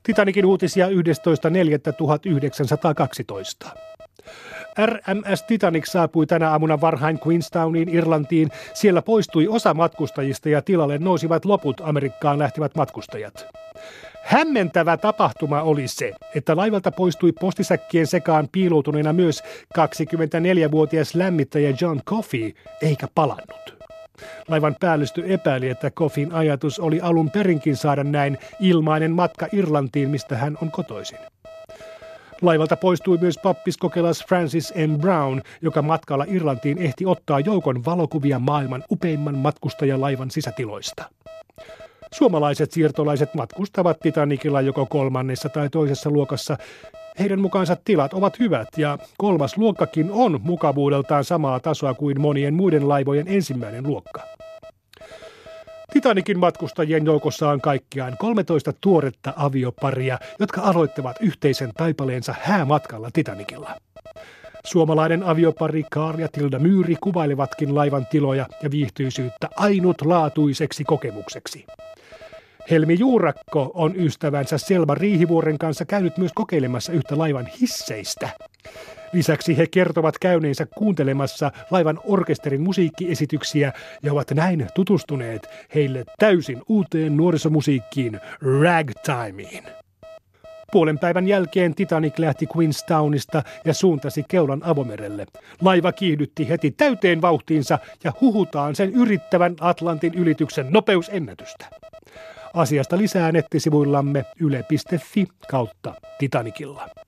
Titanicin uutisia 11.4.1912. RMS Titanic saapui tänä aamuna varhain Queenstowniin, Irlantiin. Siellä poistui osa matkustajista ja tilalle nousivat loput Amerikkaan lähtivät matkustajat. Hämmentävä tapahtuma oli se, että laivalta poistui postisäkkien sekaan piiloutuneena myös 24-vuotias lämmittäjä John Coffey, eikä palannut. Laivan päällystö epäili, että Coffeyn ajatus oli alun perinkin saada näin ilmainen matka Irlantiin, mistä hän on kotoisin. Laivalta poistui myös pappiskokelas Francis M. Brown, joka matkalla Irlantiin ehti ottaa joukon valokuvia maailman upeimman matkustajalaivan sisätiloista. Suomalaiset siirtolaiset matkustavat Titanicilla joko kolmannessa tai toisessa luokassa. Heidän mukaansa tilat ovat hyvät ja kolmas luokkakin on mukavuudeltaan samaa tasoa kuin monien muiden laivojen ensimmäinen luokka. Titanicin matkustajien joukossa on kaikkiaan 13 tuoretta avioparia, jotka aloittavat yhteisen taipaleensa häämatkalla Titanicilla. Suomalainen aviopari Karl ja Tilda Myyri kuvailevatkin laivan tiloja ja viihtyisyyttä ainutlaatuiseksi kokemukseksi. Helmi Juurakko on ystävänsä Selma Riihivuoren kanssa käynyt myös kokeilemassa yhtä laivan hisseistä. Lisäksi he kertovat käyneensä kuuntelemassa laivan orkesterin musiikkiesityksiä ja ovat näin tutustuneet heille täysin uuteen nuorisomusiikkiin, ragtimeen. Puolen päivän jälkeen Titanic lähti Queenstownista ja suuntasi Keulan avomerelle. Laiva kiihdytti heti täyteen vauhtiinsa ja huhutaan sen yrittävän Atlantin ylityksen nopeusennätystä. Asiasta lisää nettisivuillamme yle.fi/Titanicilla.